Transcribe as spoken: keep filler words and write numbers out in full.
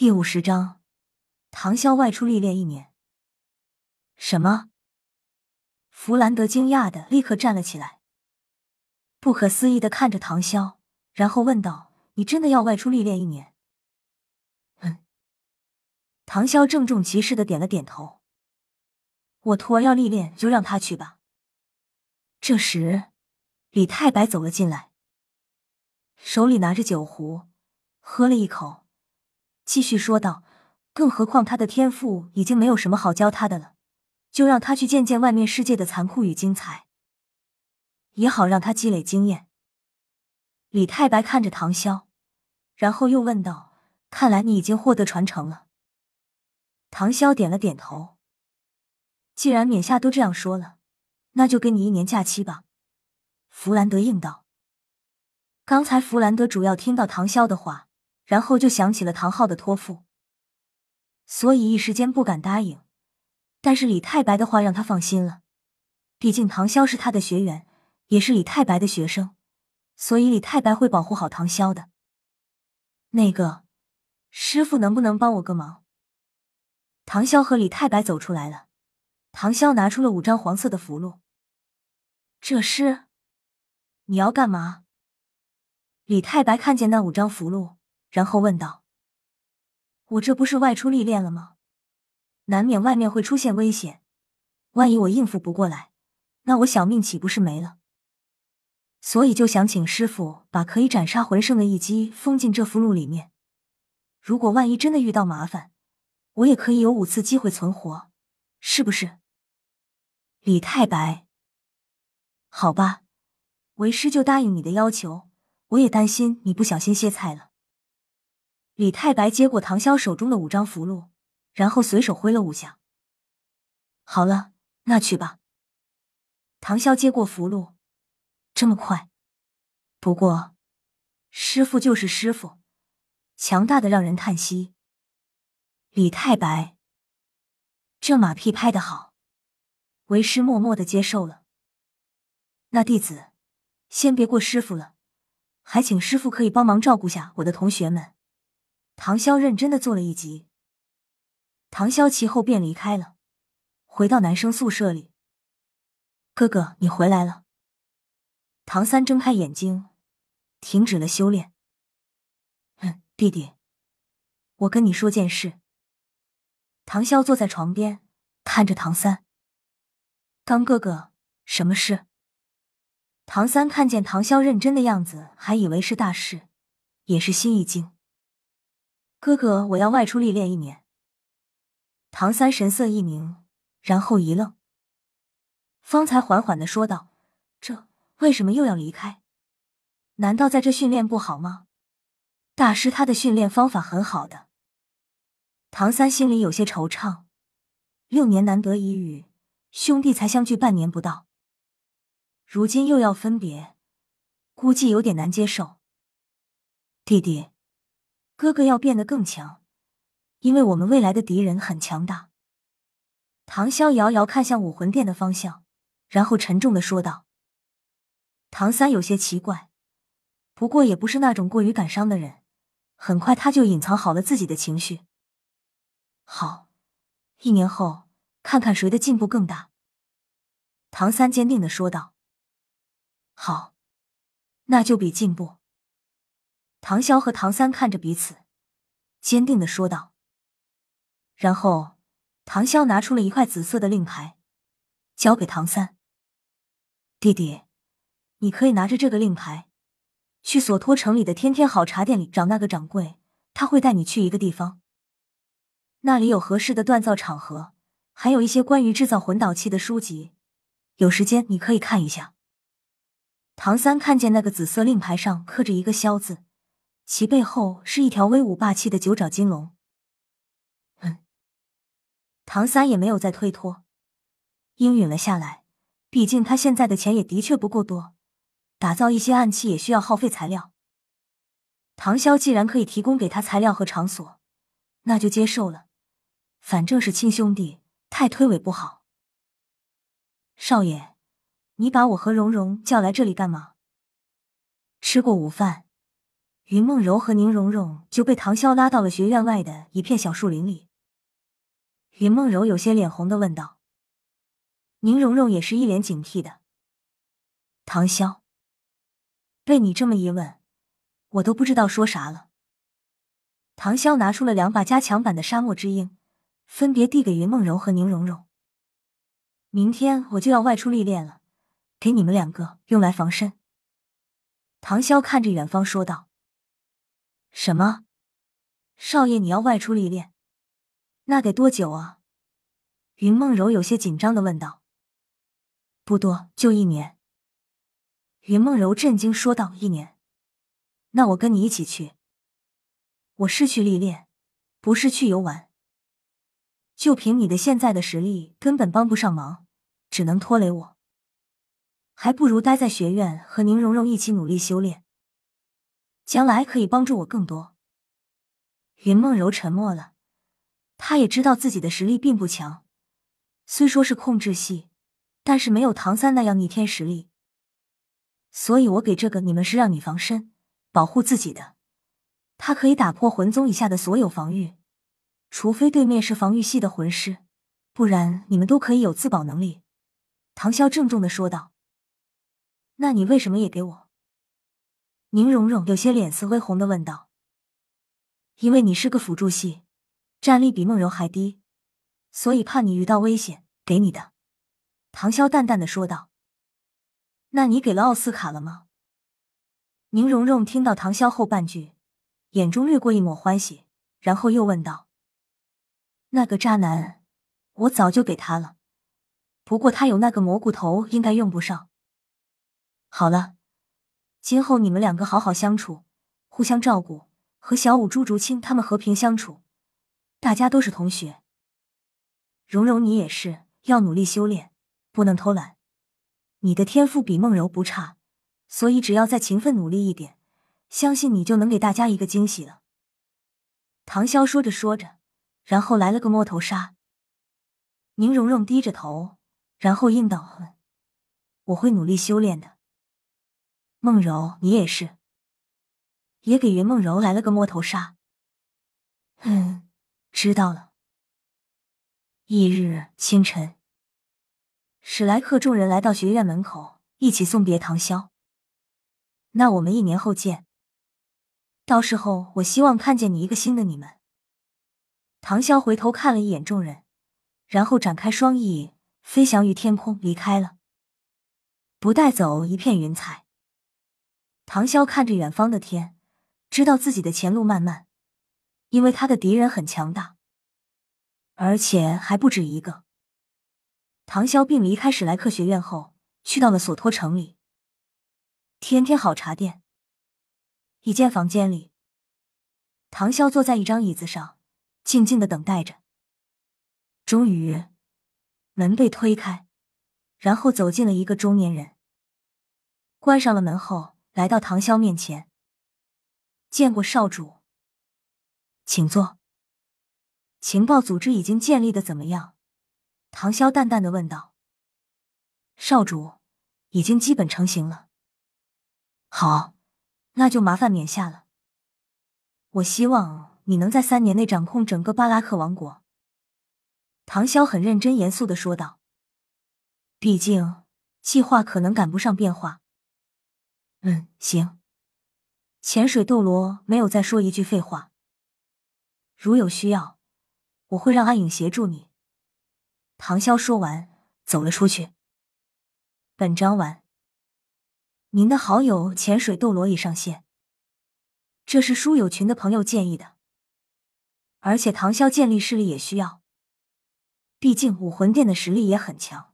第五十章，唐潇外出历练一年。什么？弗兰德惊讶的立刻站了起来，不可思议的看着唐潇，然后问道：“你真的要外出历练一年？”嗯。唐潇郑重其事的点了点头。我徒儿要历练，就让他去吧。这时，李太白走了进来，手里拿着酒壶，喝了一口，继续说道：“更何况他的天赋已经没有什么好教他的了，就让他去见见外面世界的残酷与精彩，也好让他积累经验。”李太白看着唐潇，然后又问道：“看来你已经获得传承了？”唐潇点了点头。既然冕下都这样说了，那就给你一年假期吧。弗兰德应道。刚才弗兰德主要听到唐潇的话，然后就想起了唐昊的托付，所以一时间不敢答应。但是李太白的话让他放心了，毕竟唐潇是他的学员，也是李太白的学生，所以李太白会保护好唐潇的。那个，师父能不能帮我个忙？唐潇和李太白走出来了，唐潇拿出了五张黄色的符箓。这是？你要干嘛？李太白看见那五张符箓，然后问道：“我这不是外出历练了吗？难免外面会出现危险，万一我应付不过来，那我小命岂不是没了？所以就想请师父把可以斩杀魂圣的一击封进这符箓里面，如果万一真的遇到麻烦，我也可以有五次机会存活，是不是？”李太白：“好吧，为师就答应你的要求，我也担心你不小心歇菜了。”李太白接过唐潇手中的五张符箓，然后随手挥了五下。好了，那去吧。唐潇接过符箓，这么快？不过，师父就是师父，强大的让人叹息。李太白：“这马屁拍得好。”为师默默地接受了。那弟子先别过师父了，还请师父可以帮忙照顾下我的同学们。唐潇认真地做了一集。唐潇其后便离开了，回到男生宿舍里。哥哥，你回来了。唐三睁开眼睛，停止了修炼。嗯，弟弟，我跟你说件事。唐潇坐在床边，看着唐三。刚哥哥，什么事？唐三看见唐潇认真的样子，还以为是大事，也是心一惊。哥哥，我要外出历练一年。唐三神色一凝，然后一愣，方才缓缓地说道：“这为什么又要离开？难道在这训练不好吗？大师他的训练方法很好的。”唐三心里有些惆怅，六年难得一遇，兄弟才相聚半年不到，如今又要分别，估计有点难接受。弟弟，哥哥要变得更强，因为我们未来的敌人很强大。唐潇遥遥看向武魂殿的方向，然后沉重地说道。唐三有些奇怪，不过也不是那种过于感伤的人，很快他就隐藏好了自己的情绪。好，一年后看看谁的进步更大。唐三坚定地说道。好，那就比进步。唐潇和唐三看着彼此，坚定地说道。然后唐潇拿出了一块紫色的令牌，交给唐三。弟弟，你可以拿着这个令牌，去索托城里的天天好茶店里找那个掌柜，他会带你去一个地方。那里有合适的锻造场合，还有一些关于制造魂导器的书籍，有时间你可以看一下。唐三看见那个紫色令牌上刻着一个萧字，其背后是一条威武霸气的九爪金龙。嗯，唐三也没有再推脱，应允了下来，毕竟他现在的钱也的确不够多，打造一些暗器也需要耗费材料。唐潇既然可以提供给他材料和场所，那就接受了，反正是亲兄弟，太推诿不好。少爷，你把我和蓉蓉叫来这里干嘛？吃过午饭， 云梦柔和宁荣荣就被唐潇拉到了学院外的一片小树林里。云梦柔有些脸红地问道，宁荣荣也是一脸警惕的。唐潇，被你这么一问，我都不知道说啥了。唐潇拿出了两把加强版的沙漠之鹰，分别递给云梦柔和宁荣荣。明天我就要外出历练了，给你们两个用来防身。唐潇看着远方说道。什么？少爷你要外出历练？那得多久啊？云梦柔有些紧张地问道。不多，就一年。云梦柔震惊说道。一年？那我跟你一起去。我是去历练，不是去游玩。就凭你的现在的实力，根本帮不上忙，只能拖累我。还不如待在学院和宁荣荣一起努力修炼，将来可以帮助我更多。云梦柔沉默了，她也知道自己的实力并不强，虽说是控制系，但是没有唐三那样逆天实力。所以我给这个你们是让你防身，保护自己的。它可以打破魂宗以下的所有防御，除非对面是防御系的魂师，不然你们都可以有自保能力。唐潇郑重地说道。那你为什么也给我？宁荣荣有些脸色微红地问道。因为你是个辅助系，战力比梦柔还低，所以怕你遇到危险，给你的。唐潇淡淡地说道。那你给了奥斯卡了吗？宁荣荣听到唐潇后半句，眼中掠过一抹欢喜，然后又问道。那个渣男，我早就给他了，不过他有那个蘑菇头，应该用不上。好了，今后你们两个好好相处，互相照顾，和小五、朱竹清他们和平相处，大家都是同学。蓉蓉你也是，要努力修炼，不能偷懒。你的天赋比梦柔不差，所以只要再勤奋努力一点，相信你就能给大家一个惊喜了。唐潇说着说着，然后来了个摸头杀。宁荣荣低着头，然后应道：嗯，我会努力修炼的。梦柔你也是。也给云梦柔来了个摸头杀。嗯，知道了。翌日清晨，史莱克众人来到学院门口，一起送别唐潇。那我们一年后见。到时候我希望看见你一个新的你们。唐潇回头看了一眼众人，然后展开双翼，飞翔于天空离开了，不带走一片云彩。唐潇看着远方的天，知道自己的前路漫漫，因为他的敌人很强大，而且还不止一个。唐潇并离开史莱克学院后，去到了索托城里。天天好茶店，一间房间里，唐潇坐在一张椅子上，静静地等待着。终于，门被推开，然后走进了一个中年人。关上了门后，来到唐潇面前。见过少主。请坐。情报组织已经建立的怎么样？唐潇淡淡地问道。少主，已经基本成型了。好，那就麻烦冕下了。我希望你能在三年内掌控整个巴拉克王国。唐潇很认真严肃地说道。毕竟，计划可能赶不上变化。嗯，行。潜水斗罗没有再说一句废话。如有需要，我会让阿影协助你。唐潇说完，走了出去。本章完。您的好友潜水斗罗已上线，这是书友群的朋友建议的。而且唐潇建立势力也需要，毕竟武魂殿的实力也很强。